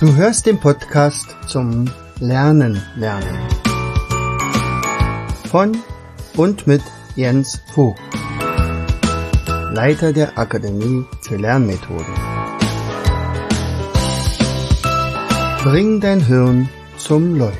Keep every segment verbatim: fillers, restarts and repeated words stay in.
Du hörst den Podcast zum Lernen lernen von und mit Jens Vogt, Leiter der Akademie für Lernmethoden. Bring dein Hirn zum Leuchten.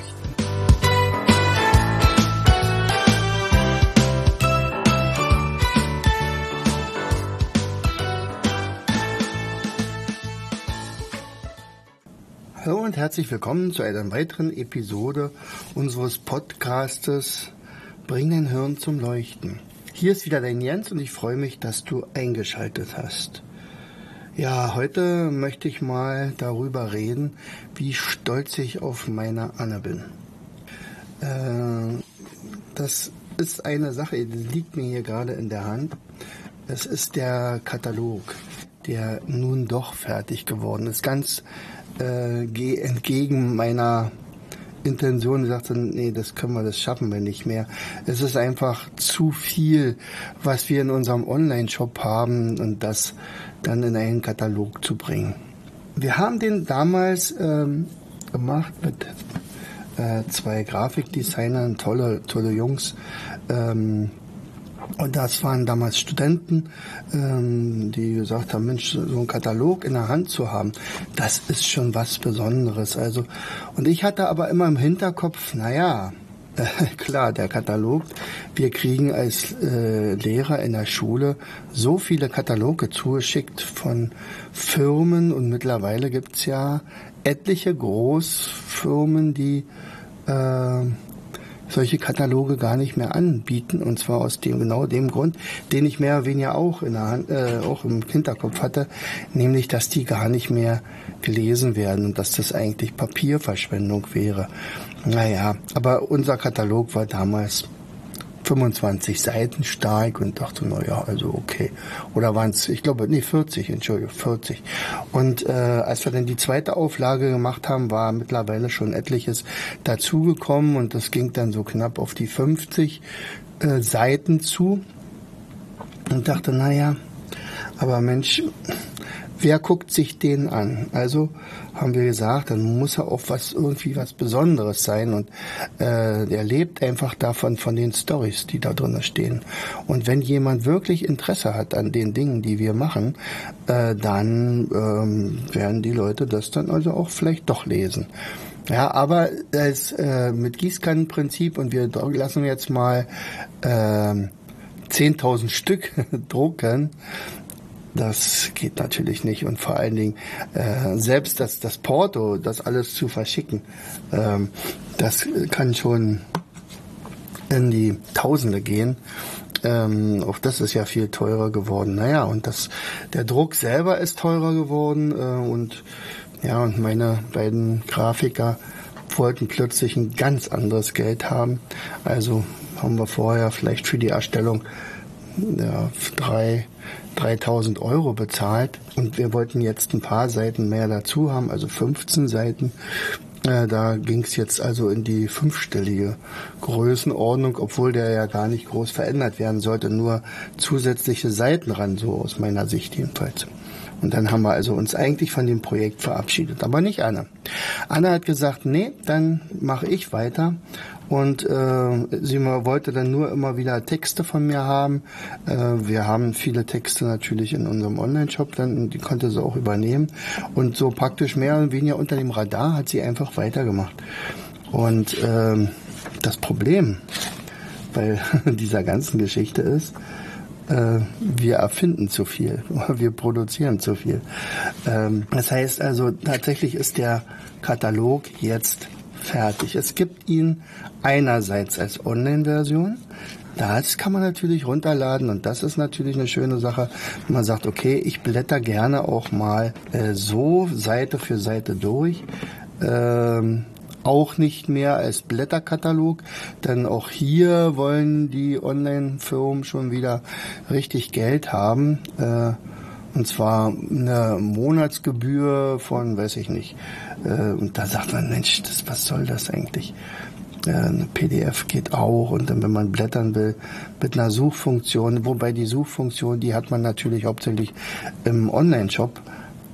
Hallo und herzlich willkommen zu einer weiteren Episode unseres Podcastes Bring dein Hirn zum Leuchten. Hier ist wieder dein Jens und ich freue mich, dass du eingeschaltet hast. Ja, heute möchte ich mal darüber reden, wie stolz ich auf meine Anne bin. Äh, das ist eine Sache, die liegt mir hier gerade in der Hand. Es ist der Katalog, der nun doch fertig geworden ist. Ganz äh, entgegen meiner Intention. Ich sagte, nee, das können wir, das schaffen wir nicht mehr. Es ist einfach zu viel, was wir in unserem Online-Shop haben und das dann in einen Katalog zu bringen. Wir haben den damals ähm, gemacht mit äh, zwei Grafikdesignern, tolle, tolle Jungs. Ähm, Und das waren damals Studenten, ähm, die gesagt haben, Mensch, so einen Katalog in der Hand zu haben, das ist schon was Besonderes. Also, und ich hatte aber immer im Hinterkopf, naja, äh, klar, der Katalog, wir kriegen als äh, Lehrer in der Schule so viele Kataloge zugeschickt von Firmen und mittlerweile gibt's ja etliche Großfirmen, die äh, solche Kataloge gar nicht mehr anbieten, und zwar aus dem genau dem Grund, den ich mehr oder weniger auch in der Hand, äh, auch im Hinterkopf hatte, nämlich, dass die gar nicht mehr gelesen werden und dass das eigentlich Papierverschwendung wäre. Naja, aber unser Katalog war damals fünfundzwanzig Seiten stark und dachte, naja, also okay. Oder waren es, ich glaube, nee, vierzig, Entschuldigung, vierzig. Und äh, als wir dann die zweite Auflage gemacht haben, war mittlerweile schon etliches dazugekommen und das ging dann so knapp auf die fünfzig äh, Seiten zu. Und dachte, naja, aber Mensch, wer guckt sich den an? Also haben wir gesagt, dann muss er auch was irgendwie was Besonderes sein und äh, der lebt einfach davon, von den Storys, die da drin stehen. Und wenn jemand wirklich Interesse hat an den Dingen, die wir machen, äh, dann ähm, werden die Leute das dann also auch vielleicht doch lesen. Ja, aber als, äh, mit Gießkannenprinzip und wir lassen jetzt mal äh, zehntausend Stück drucken. Das geht natürlich nicht und vor allen Dingen äh, selbst das, das Porto, das alles zu verschicken, ähm, das kann schon in die Tausende gehen. Ähm, auch das ist ja viel teurer geworden. Naja, und das, der Druck selber ist teurer geworden äh, und ja, und meine beiden Grafiker wollten plötzlich ein ganz anderes Geld haben. Also haben wir vorher vielleicht für die Erstellung ja, drei dreitausend Euro bezahlt und wir wollten jetzt ein paar Seiten mehr dazu haben, also fünfzehn Seiten. Äh, da ging es jetzt also in die fünfstellige Größenordnung, obwohl der ja gar nicht groß verändert werden sollte, nur zusätzliche Seiten ran, so aus meiner Sicht jedenfalls. Und dann haben wir also uns eigentlich von dem Projekt verabschiedet, aber nicht Anne. Anne hat gesagt, nee, dann mache ich weiter. Und äh, sie wollte dann nur immer wieder Texte von mir haben. Äh, wir haben viele Texte natürlich in unserem Online-Shop, dann die konnte sie auch übernehmen. Und so praktisch mehr oder weniger unter dem Radar hat sie einfach weitergemacht. Und äh, das Problem bei dieser ganzen Geschichte ist, äh, wir erfinden zu viel, wir produzieren zu viel. Ähm, das heißt also, tatsächlich ist der Katalog jetzt fertig. Es gibt ihn einerseits als Online-Version. Das kann man natürlich runterladen und das ist natürlich eine schöne Sache, wenn man sagt, okay, ich blätter gerne auch mal äh, so Seite für Seite durch. Ähm, auch nicht mehr als Blätterkatalog, denn auch hier wollen die Online-Firmen schon wieder richtig Geld haben. Äh, Und zwar eine Monatsgebühr von, weiß ich nicht. Und da sagt man, Mensch, das, was soll das eigentlich? Eine P D F geht auch. Und dann, wenn man blättern will, mit einer Suchfunktion. Wobei die Suchfunktion, die hat man natürlich hauptsächlich im Online-Shop.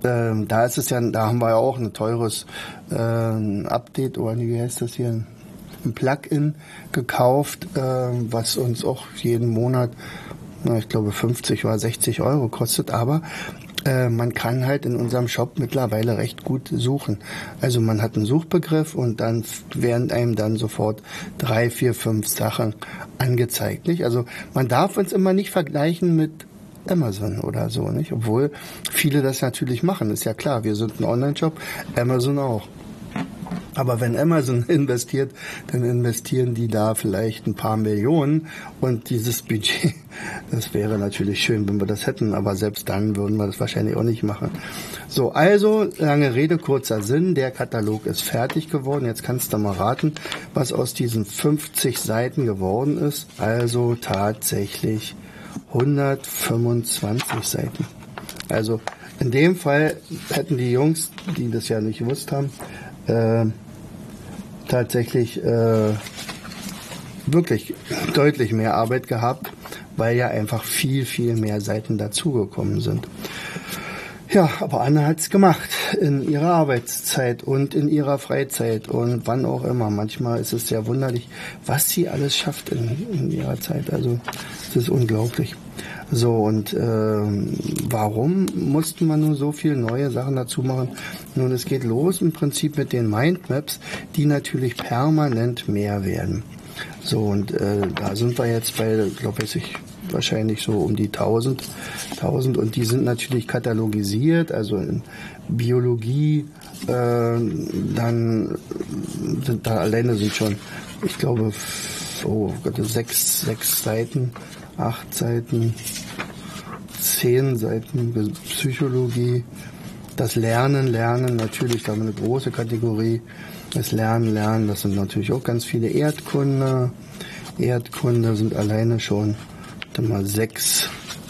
ähm, da ist es ja, da haben wir ja auch ein teures äh, Update, oder wie heißt das hier, ein Plugin gekauft, äh, was uns auch jeden Monat, na, ich glaube fünfzig oder sechzig Euro kostet, aber äh, man kann halt in unserem Shop mittlerweile recht gut suchen. Also man hat einen Suchbegriff und dann werden einem dann sofort drei, vier, fünf Sachen angezeigt, nicht? Also man darf uns immer nicht vergleichen mit Amazon oder so, nicht? Obwohl viele das natürlich machen, ist ja klar. Wir sind ein Online-Shop, Amazon auch. Aber wenn Amazon investiert, dann investieren die da vielleicht ein paar Millionen und dieses Budget, das wäre natürlich schön, wenn wir das hätten, aber selbst dann würden wir das wahrscheinlich auch nicht machen. So, also, lange Rede, kurzer Sinn, der Katalog ist fertig geworden. Jetzt kannst du mal raten, was aus diesen fünfzig Seiten geworden ist. Also tatsächlich hundertfünfundzwanzig Seiten. Also in dem Fall hätten die Jungs, die das ja nicht gewusst haben, äh, tatsächlich äh, wirklich deutlich mehr Arbeit gehabt, weil ja einfach viel, viel mehr Seiten dazugekommen sind. Ja, aber Anne hat's gemacht in ihrer Arbeitszeit und in ihrer Freizeit und wann auch immer. Manchmal ist es sehr wunderlich, was sie alles schafft in, in ihrer Zeit. Also es ist unglaublich. So, und äh, warum mussten wir nun so viele neue Sachen dazu machen? Nun, es geht los im Prinzip mit den Mindmaps, die natürlich permanent mehr werden. So, und äh, da sind wir jetzt bei, glaube ich, wahrscheinlich so um die tausend, tausend und die sind natürlich katalogisiert, also in Biologie, äh, dann sind da alleine sind schon, ich glaube, oh Gott, sechs, sechs Seiten, acht Seiten, zehn Seiten Psychologie, das Lernen, Lernen, natürlich, da haben wir eine große Kategorie, das Lernen, Lernen, das sind natürlich auch ganz viele Erdkunde, Erdkunde sind alleine schon mal sechs,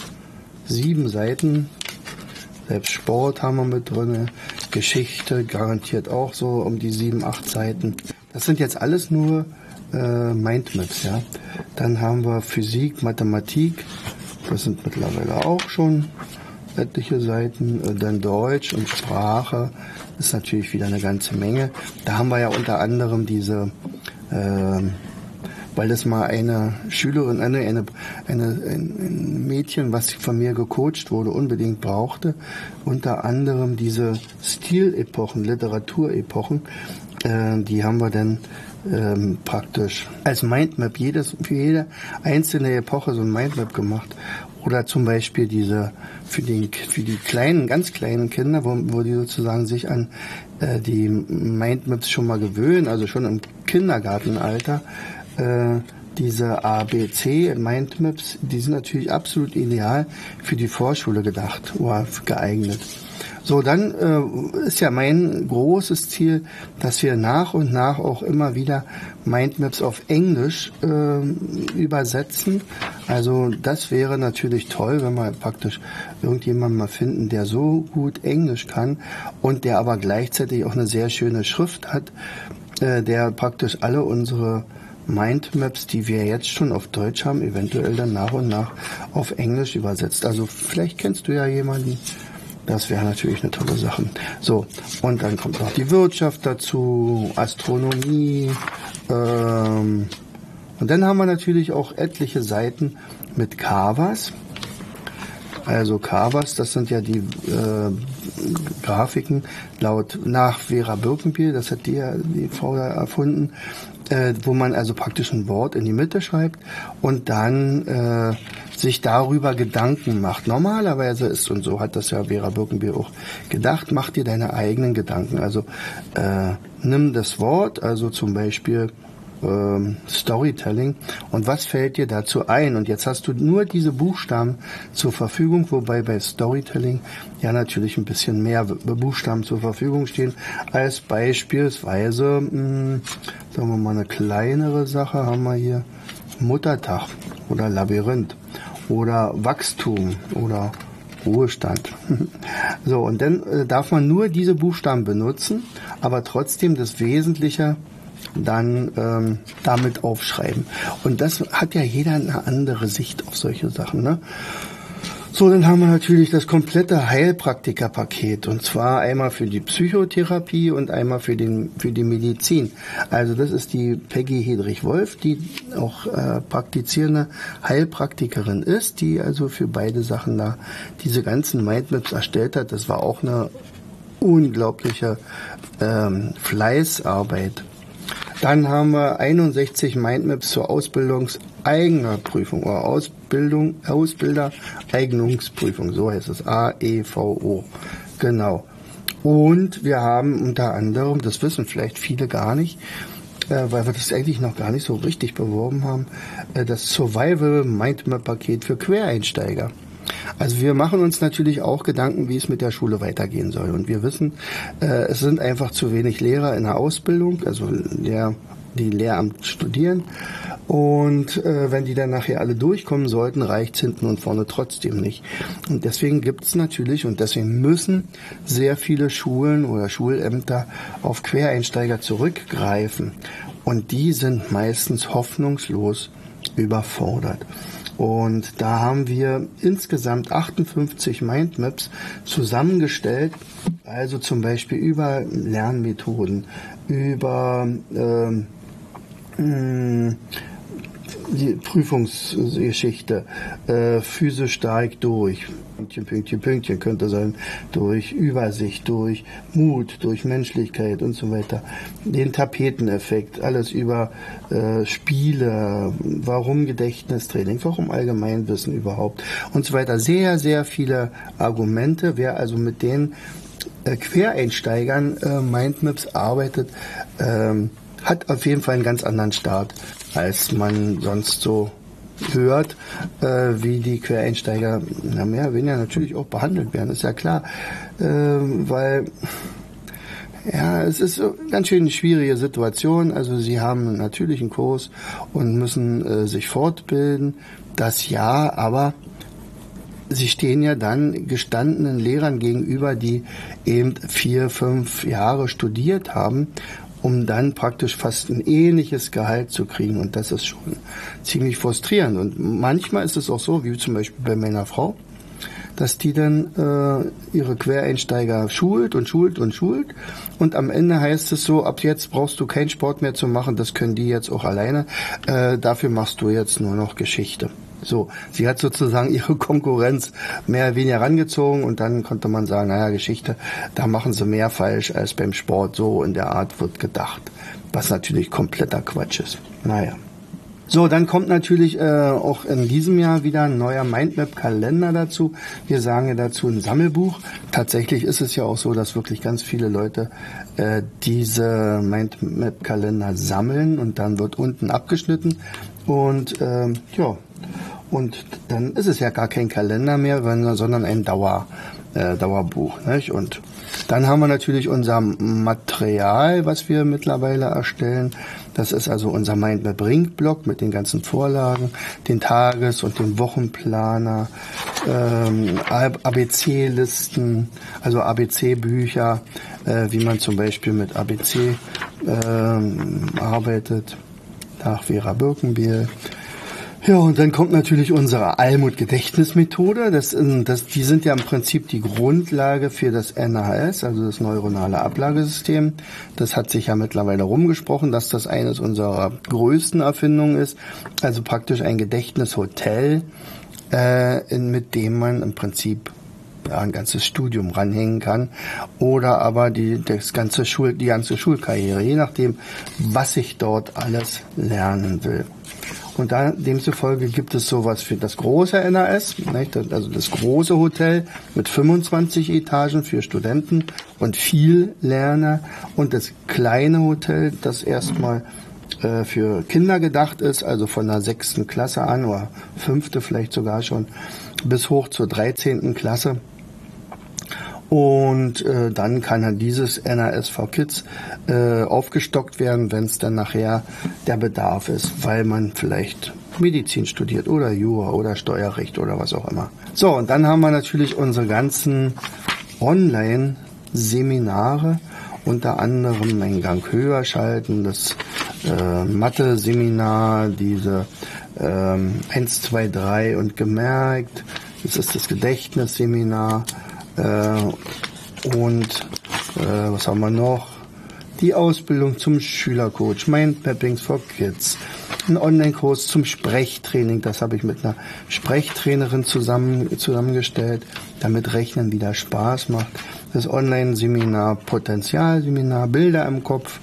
sieben Seiten. Selbst Sport haben wir mit drin. Geschichte garantiert auch so um die sieben, acht Seiten. Das sind jetzt alles nur äh, Mindmaps, ja. Dann haben wir Physik, Mathematik. Das sind mittlerweile auch schon etliche Seiten. Äh, dann Deutsch und Sprache ist natürlich wieder eine ganze Menge. Da haben wir ja unter anderem diese äh, weil das mal eine Schülerin, eine, eine, eine, ein Mädchen, was von mir gecoacht wurde, unbedingt brauchte. Unter anderem diese Stilepochen, Literaturepochen, äh, die haben wir dann ähm, praktisch als Mindmap jedes, für jede einzelne Epoche so ein Mindmap gemacht. Oder zum Beispiel diese für den für die kleinen, ganz kleinen Kinder, wo, wo die sozusagen sich an äh, die Mindmaps schon mal gewöhnen, also schon im Kindergartenalter. Äh, diese A B C Mindmaps, die sind natürlich absolut ideal für die Vorschule gedacht oder geeignet. So, dann äh, ist ja mein großes Ziel, dass wir nach und nach auch immer wieder Mindmaps auf Englisch äh, übersetzen. Also das wäre natürlich toll, wenn wir praktisch irgendjemanden mal finden, der so gut Englisch kann und der aber gleichzeitig auch eine sehr schöne Schrift hat, äh, der praktisch alle unsere Mindmaps, die wir jetzt schon auf Deutsch haben, eventuell dann nach und nach auf Englisch übersetzt. Also vielleicht kennst du ja jemanden, das wäre natürlich eine tolle Sache. So, und dann kommt noch die Wirtschaft dazu, Astronomie, ähm, und dann haben wir natürlich auch etliche Seiten mit Canvas. Also Canvas, das sind ja die äh, Grafiken laut nach Vera Birkenbiel, das hat die, die Frau da erfunden, äh, wo man also praktisch ein Wort in die Mitte schreibt und dann äh, sich darüber Gedanken macht. Normalerweise ist, und so hat das ja Vera Birkenbiel auch gedacht, mach dir deine eigenen Gedanken. Also äh, nimm das Wort, also zum Beispiel ähm, Storytelling, und was fällt dir dazu ein? Und jetzt hast du nur diese Buchstaben zur Verfügung, wobei bei Storytelling ja natürlich ein bisschen mehr Buchstaben zur Verfügung stehen, als beispielsweise, mh, sagen wir mal eine kleinere Sache, haben wir hier Muttertag oder Labyrinth oder Wachstum oder Ruhestand. So, und dann äh, darf man nur diese Buchstaben benutzen, aber trotzdem das Wesentliche dann ähm, damit aufschreiben. Und das hat ja jeder eine andere Sicht auf solche Sachen, ne? So, dann haben wir natürlich das komplette Heilpraktikerpaket, und zwar einmal für die Psychotherapie und einmal für den für die Medizin. Also das ist die Peggy Hedrich-Wolf, die auch äh, praktizierende Heilpraktikerin ist, die also für beide Sachen da diese ganzen Mindmaps erstellt hat. Das war auch eine unglaubliche ähm, Fleißarbeit. Dann haben wir einundsechzig Mindmaps zur Ausbildungseigener Prüfung oder Ausbildung, Ausbildereignungsprüfung, so heißt es, A E V O, genau. Und wir haben unter anderem, das wissen vielleicht viele gar nicht, äh, weil wir das eigentlich noch gar nicht so richtig beworben haben, äh, das Survival Mindmap Paket für Quereinsteiger. Also wir machen uns natürlich auch Gedanken, wie es mit der Schule weitergehen soll. Und wir wissen, äh, es sind einfach zu wenig Lehrer in der Ausbildung, also Lehr, die Lehramt studieren. Und äh, wenn die dann nachher alle durchkommen sollten, reicht es hinten und vorne trotzdem nicht. Und deswegen gibt es natürlich und deswegen müssen sehr viele Schulen oder Schulämter auf Quereinsteiger zurückgreifen. Und die sind meistens hoffnungslos überfordert. Und da haben wir insgesamt achtundfünfzig Mindmaps zusammengestellt, also zum Beispiel über Lernmethoden, über ähm, mh, die Prüfungsgeschichte, äh, physisch stark durch, Pünktchen, Pünktchen, Pünktchen könnte sein, durch Übersicht, durch Mut, durch Menschlichkeit und so weiter. Den Tapeteneffekt, alles über äh, Spiele, warum Gedächtnistraining, warum Allgemeinwissen überhaupt und so weiter. Sehr, sehr viele Argumente. Wer also mit den äh, Quereinsteigern äh, Mindmaps arbeitet, ähm, hat auf jeden Fall einen ganz anderen Start, als man sonst so hört, äh, wie die Quereinsteiger na, mehr oder weniger natürlich auch behandelt werden, ist ja klar, äh, weil ja, es ist so ganz schön eine schwierige Situation. Also sie haben natürlich einen Kurs und müssen äh, sich fortbilden, das ja, aber sie stehen ja dann gestandenen Lehrern gegenüber, die eben vier, fünf Jahre studiert haben, um dann praktisch fast ein ähnliches Gehalt zu kriegen. Und das ist schon ziemlich frustrierend. Und manchmal ist es auch so, wie zum Beispiel bei meiner Frau, dass die dann äh, ihre Quereinsteiger schult und schult und schult. Und am Ende heißt es so, ab jetzt brauchst du keinen Sport mehr zu machen, das können die jetzt auch alleine. Äh, dafür machst du jetzt nur noch Geschichte. So, sie hat sozusagen ihre Konkurrenz mehr oder weniger rangezogen und dann konnte man sagen, naja, Geschichte, da machen sie mehr falsch als beim Sport, so in der Art wird gedacht, was natürlich kompletter Quatsch ist. Naja. So, dann kommt natürlich äh, auch in diesem Jahr wieder ein neuer Mindmap-Kalender dazu. Wir sagen ja dazu ein Sammelbuch. Tatsächlich ist es ja auch so, dass wirklich ganz viele Leute äh, diese Mindmap-Kalender sammeln und dann wird unten abgeschnitten und ähm, ja, und dann ist es ja gar kein Kalender mehr, sondern ein Dauer, äh, Dauerbuch. Nicht? Und dann haben wir natürlich unser Material, was wir mittlerweile erstellen. Das ist also unser Mindmap-Ring-Blog mit den ganzen Vorlagen, den Tages- und den Wochenplaner, ähm, A B C-Listen, also A B C-Bücher, äh, wie man zum Beispiel mit A B C ähm, arbeitet, nach Vera Birkenbiel. Ja, und dann kommt natürlich unsere Almut-Gedächtnismethode. Das, das, die sind ja im Prinzip die Grundlage für das N A S, also das neuronale Ablagesystem. Das hat sich ja mittlerweile rumgesprochen, dass das eines unserer größten Erfindungen ist. Also praktisch ein Gedächtnishotel, äh, in, mit dem man im Prinzip ja, ein ganzes Studium ranhängen kann oder aber die, das ganze Schul, die ganze Schulkarriere, je nachdem, was ich dort alles lernen will. Und da, demzufolge gibt es sowas für das große N A S, nicht? Also das große Hotel mit fünfundzwanzig Etagen für Studenten und viel Lerner und das kleine Hotel, das erstmal äh, für Kinder gedacht ist, also von der sechsten Klasse an oder fünfte vielleicht sogar schon bis hoch zur dreizehnten Klasse. Und äh, dann kann halt dieses N A S for Kids äh, aufgestockt werden, wenn es dann nachher der Bedarf ist, weil man vielleicht Medizin studiert oder Jura oder Steuerrecht oder was auch immer. So, und dann haben wir natürlich unsere ganzen Online-Seminare, unter anderem einen Gang höher schalten, das äh, Mathe-Seminar, diese ähm, eins, zwei, drei und gemerkt, Das ist das Gedächtnisseminar. Äh, und äh, was haben wir noch? Die Ausbildung zum Schülercoach, Mindmappings for Kids, ein Online-Kurs zum Sprechtraining, das habe ich mit einer Sprechtrainerin zusammen, zusammengestellt, damit Rechnen wieder Spaß macht. Das Online-Seminar, Potenzialseminar, Bilder im Kopf,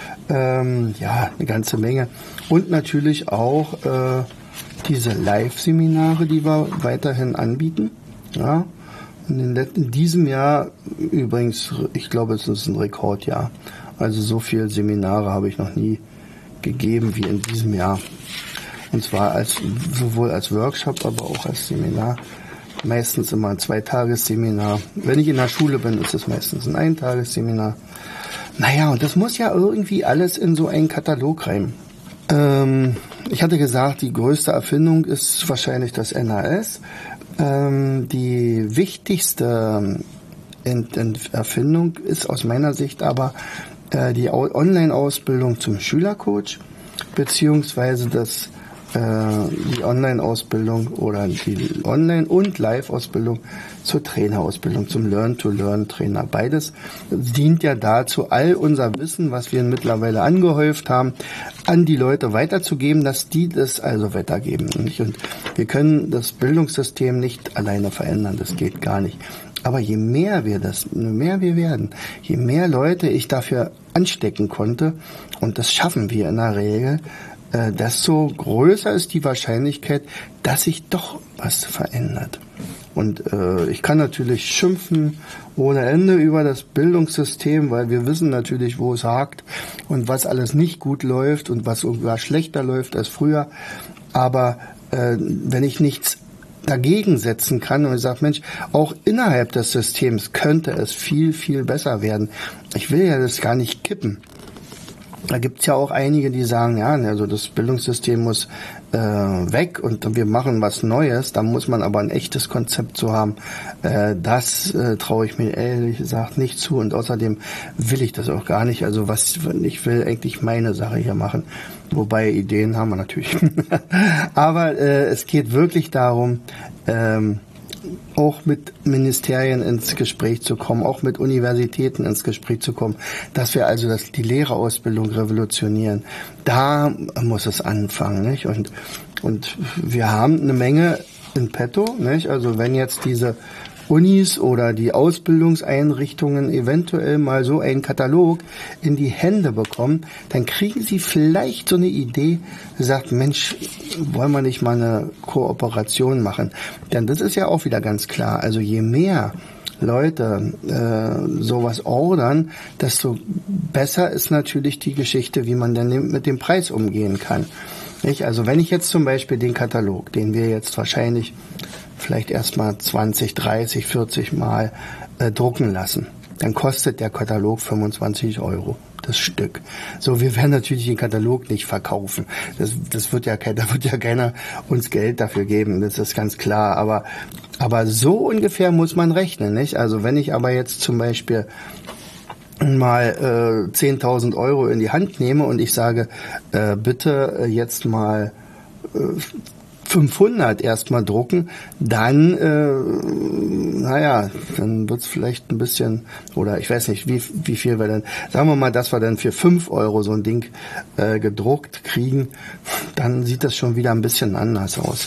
ähm, ja, eine ganze Menge. Und natürlich auch äh, diese Live-Seminare, die wir weiterhin anbieten. Ja. In, den, in diesem Jahr übrigens, ich glaube, es ist ein Rekordjahr. Also so viele Seminare habe ich noch nie gegeben wie in diesem Jahr. Und zwar als sowohl als Workshop, aber auch als Seminar. Meistens immer ein Zweitagesseminar. Wenn ich in der Schule bin, ist es meistens ein Eintagesseminar. Naja, und das muss ja irgendwie alles in so einen Katalog rein. Ähm, ich hatte gesagt, die größte Erfindung ist wahrscheinlich das N A S. Ähm, die wichtigste Ent- Ent- Erfindung ist aus meiner Sicht aber äh, die o- Online-Ausbildung zum Schülercoach, beziehungsweise das, äh, die Online-Ausbildung oder die Online- und Live-Ausbildung zur Trainerausbildung, zum Learn-to-Learn-Trainer. Beides dient ja dazu, all unser Wissen, was wir mittlerweile angehäuft haben, an die Leute weiterzugeben, dass die das also weitergeben. Nicht? Und wir können das Bildungssystem nicht alleine verändern, das geht gar nicht. Aber je mehr wir das, je mehr wir werden, je mehr Leute ich dafür anstecken konnte, und das schaffen wir in der Regel, äh, desto größer ist die Wahrscheinlichkeit, dass sich doch was verändert. Und äh, ich kann natürlich schimpfen ohne Ende über das Bildungssystem, weil wir wissen natürlich, wo es hakt und was alles nicht gut läuft und was sogar schlechter läuft als früher. Aber äh, wenn ich nichts dagegen setzen kann und ich sage, Mensch, auch innerhalb des Systems könnte es viel, viel besser werden. Ich will ja das gar nicht kippen. Da gibt's ja auch einige, die sagen, ja, also das Bildungssystem muss äh, weg und wir machen was Neues. Da muss man aber ein echtes Konzept zu haben. Äh, das äh, traue ich mir ehrlich gesagt nicht zu und außerdem will ich das auch gar nicht. Also was ich will eigentlich meine Sache hier machen. Wobei Ideen haben wir natürlich. Aber äh, es geht wirklich darum, ähm, auch mit Ministerien ins Gespräch zu kommen, auch mit Universitäten ins Gespräch zu kommen, dass wir also das, die Lehrerausbildung revolutionieren. Da muss es anfangen, nicht? Und, und wir haben eine Menge in petto, nicht? Also wenn jetzt diese Unis oder die Ausbildungseinrichtungen eventuell mal so einen Katalog in die Hände bekommen, dann kriegen sie vielleicht so eine Idee, sagt, Mensch, wollen wir nicht mal eine Kooperation machen? Denn das ist ja auch wieder ganz klar. Also je mehr Leute äh, sowas ordern, desto besser ist natürlich die Geschichte, wie man dann mit dem Preis umgehen kann. Nicht? Also wenn ich jetzt zum Beispiel den Katalog, den wir jetzt wahrscheinlich vielleicht erstmal zwanzig, dreißig, vierzig Mal äh, drucken lassen, dann kostet der Katalog fünfundzwanzig Euro. Das Stück. So, wir werden natürlich den Katalog nicht verkaufen. Das, das wird ja kein, da wird ja keiner uns Geld dafür geben. Das ist ganz klar. Aber, aber so ungefähr muss man rechnen, nicht? Also wenn ich aber jetzt zum Beispiel mal äh, zehntausend Euro in die Hand nehme und ich sage, äh, bitte äh, jetzt mal äh, fünfhundert erstmal drucken, dann, äh, naja, dann wird's vielleicht ein bisschen, oder ich weiß nicht, wie wie viel wir dann, sagen wir mal, dass wir dann für fünf Euro so ein Ding äh, gedruckt kriegen, dann sieht das schon wieder ein bisschen anders aus.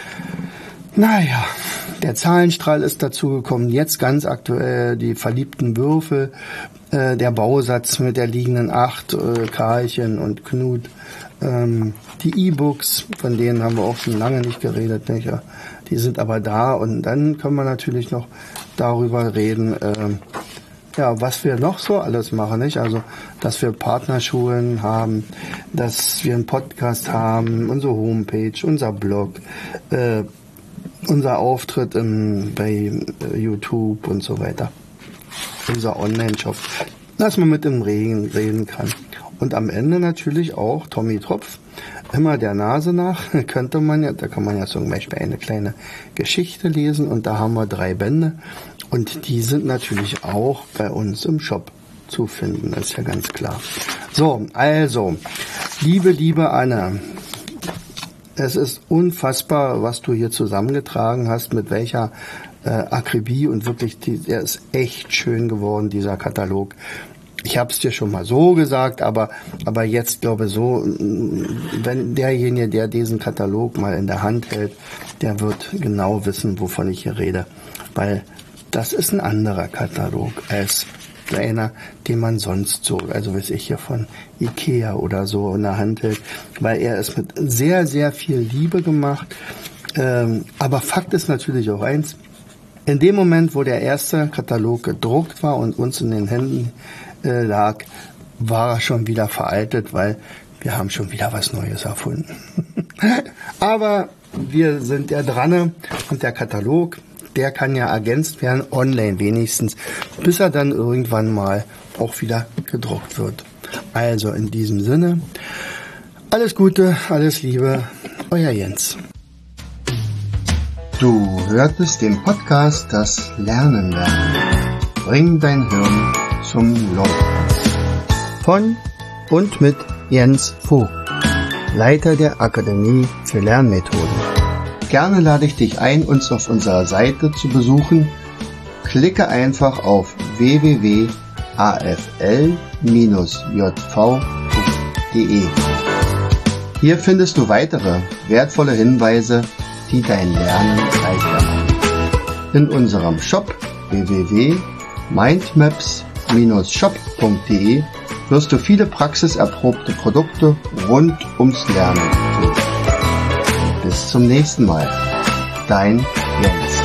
Naja, der Zahlenstrahl ist dazugekommen, jetzt ganz aktuell die verliebten Würfel, äh, der Bausatz mit der liegenden Acht, äh, Karlchen und Knut, ähm, die E-Books, von denen haben wir auch schon lange nicht geredet, nicht? Ja, die sind aber da und dann können wir natürlich noch darüber reden, ähm, ja, was wir noch so alles machen, nicht? Also, dass wir Partnerschulen haben, dass wir einen Podcast haben, unsere Homepage, unser Blog, äh, unser Auftritt im, bei YouTube und so weiter. Unser Online-Shop, dass man mit dem Regen reden kann. Und am Ende natürlich auch Tommy Tropf, immer der Nase nach, könnte man ja, da kann man ja zum Beispiel eine kleine Geschichte lesen und da haben wir drei Bände und die sind natürlich auch bei uns im Shop zu finden, ist ja ganz klar. So, also, liebe, liebe Anne, Es ist unfassbar, was du hier zusammengetragen hast, mit welcher äh, Akribie und wirklich, die, er ist echt schön geworden, dieser Katalog. Ich habe es dir schon mal so gesagt, aber aber jetzt glaube ich so, wenn derjenige, der diesen Katalog mal in der Hand hält, der wird genau wissen, wovon ich hier rede, weil das ist ein anderer Katalog als einer, den man sonst so, also weiß ich hier von Ikea oder so in der Hand hält, weil er ist mit sehr, sehr viel Liebe gemacht. Ähm, aber Fakt ist natürlich auch eins, in dem Moment, wo der erste Katalog gedruckt war und uns in den Händen äh, lag, war er schon wieder veraltet, weil wir haben schon wieder was Neues erfunden. Aber wir sind ja dran und der Katalog, der kann ja ergänzt werden, online wenigstens, bis er dann irgendwann mal auch wieder gedruckt wird. Also in diesem Sinne, alles Gute, alles Liebe, euer Jens. Du hörtest den Podcast Das Lernen lernen. Bring dein Hirn zum Leuchten. Von und mit Jens Vogt, Leiter der Akademie für Lernmethoden. Gerne lade ich dich ein, uns auf unserer Seite zu besuchen. Klicke einfach auf w w w punkt a f l j v punkt d e. Hier findest du weitere wertvolle Hinweise, die dein Lernen leichter machen. In unserem Shop w w w punkt mindmaps shop punkt d e wirst du viele praxiserprobte Produkte rund ums Lernen finden. Bis zum nächsten Mal. Dein Jens.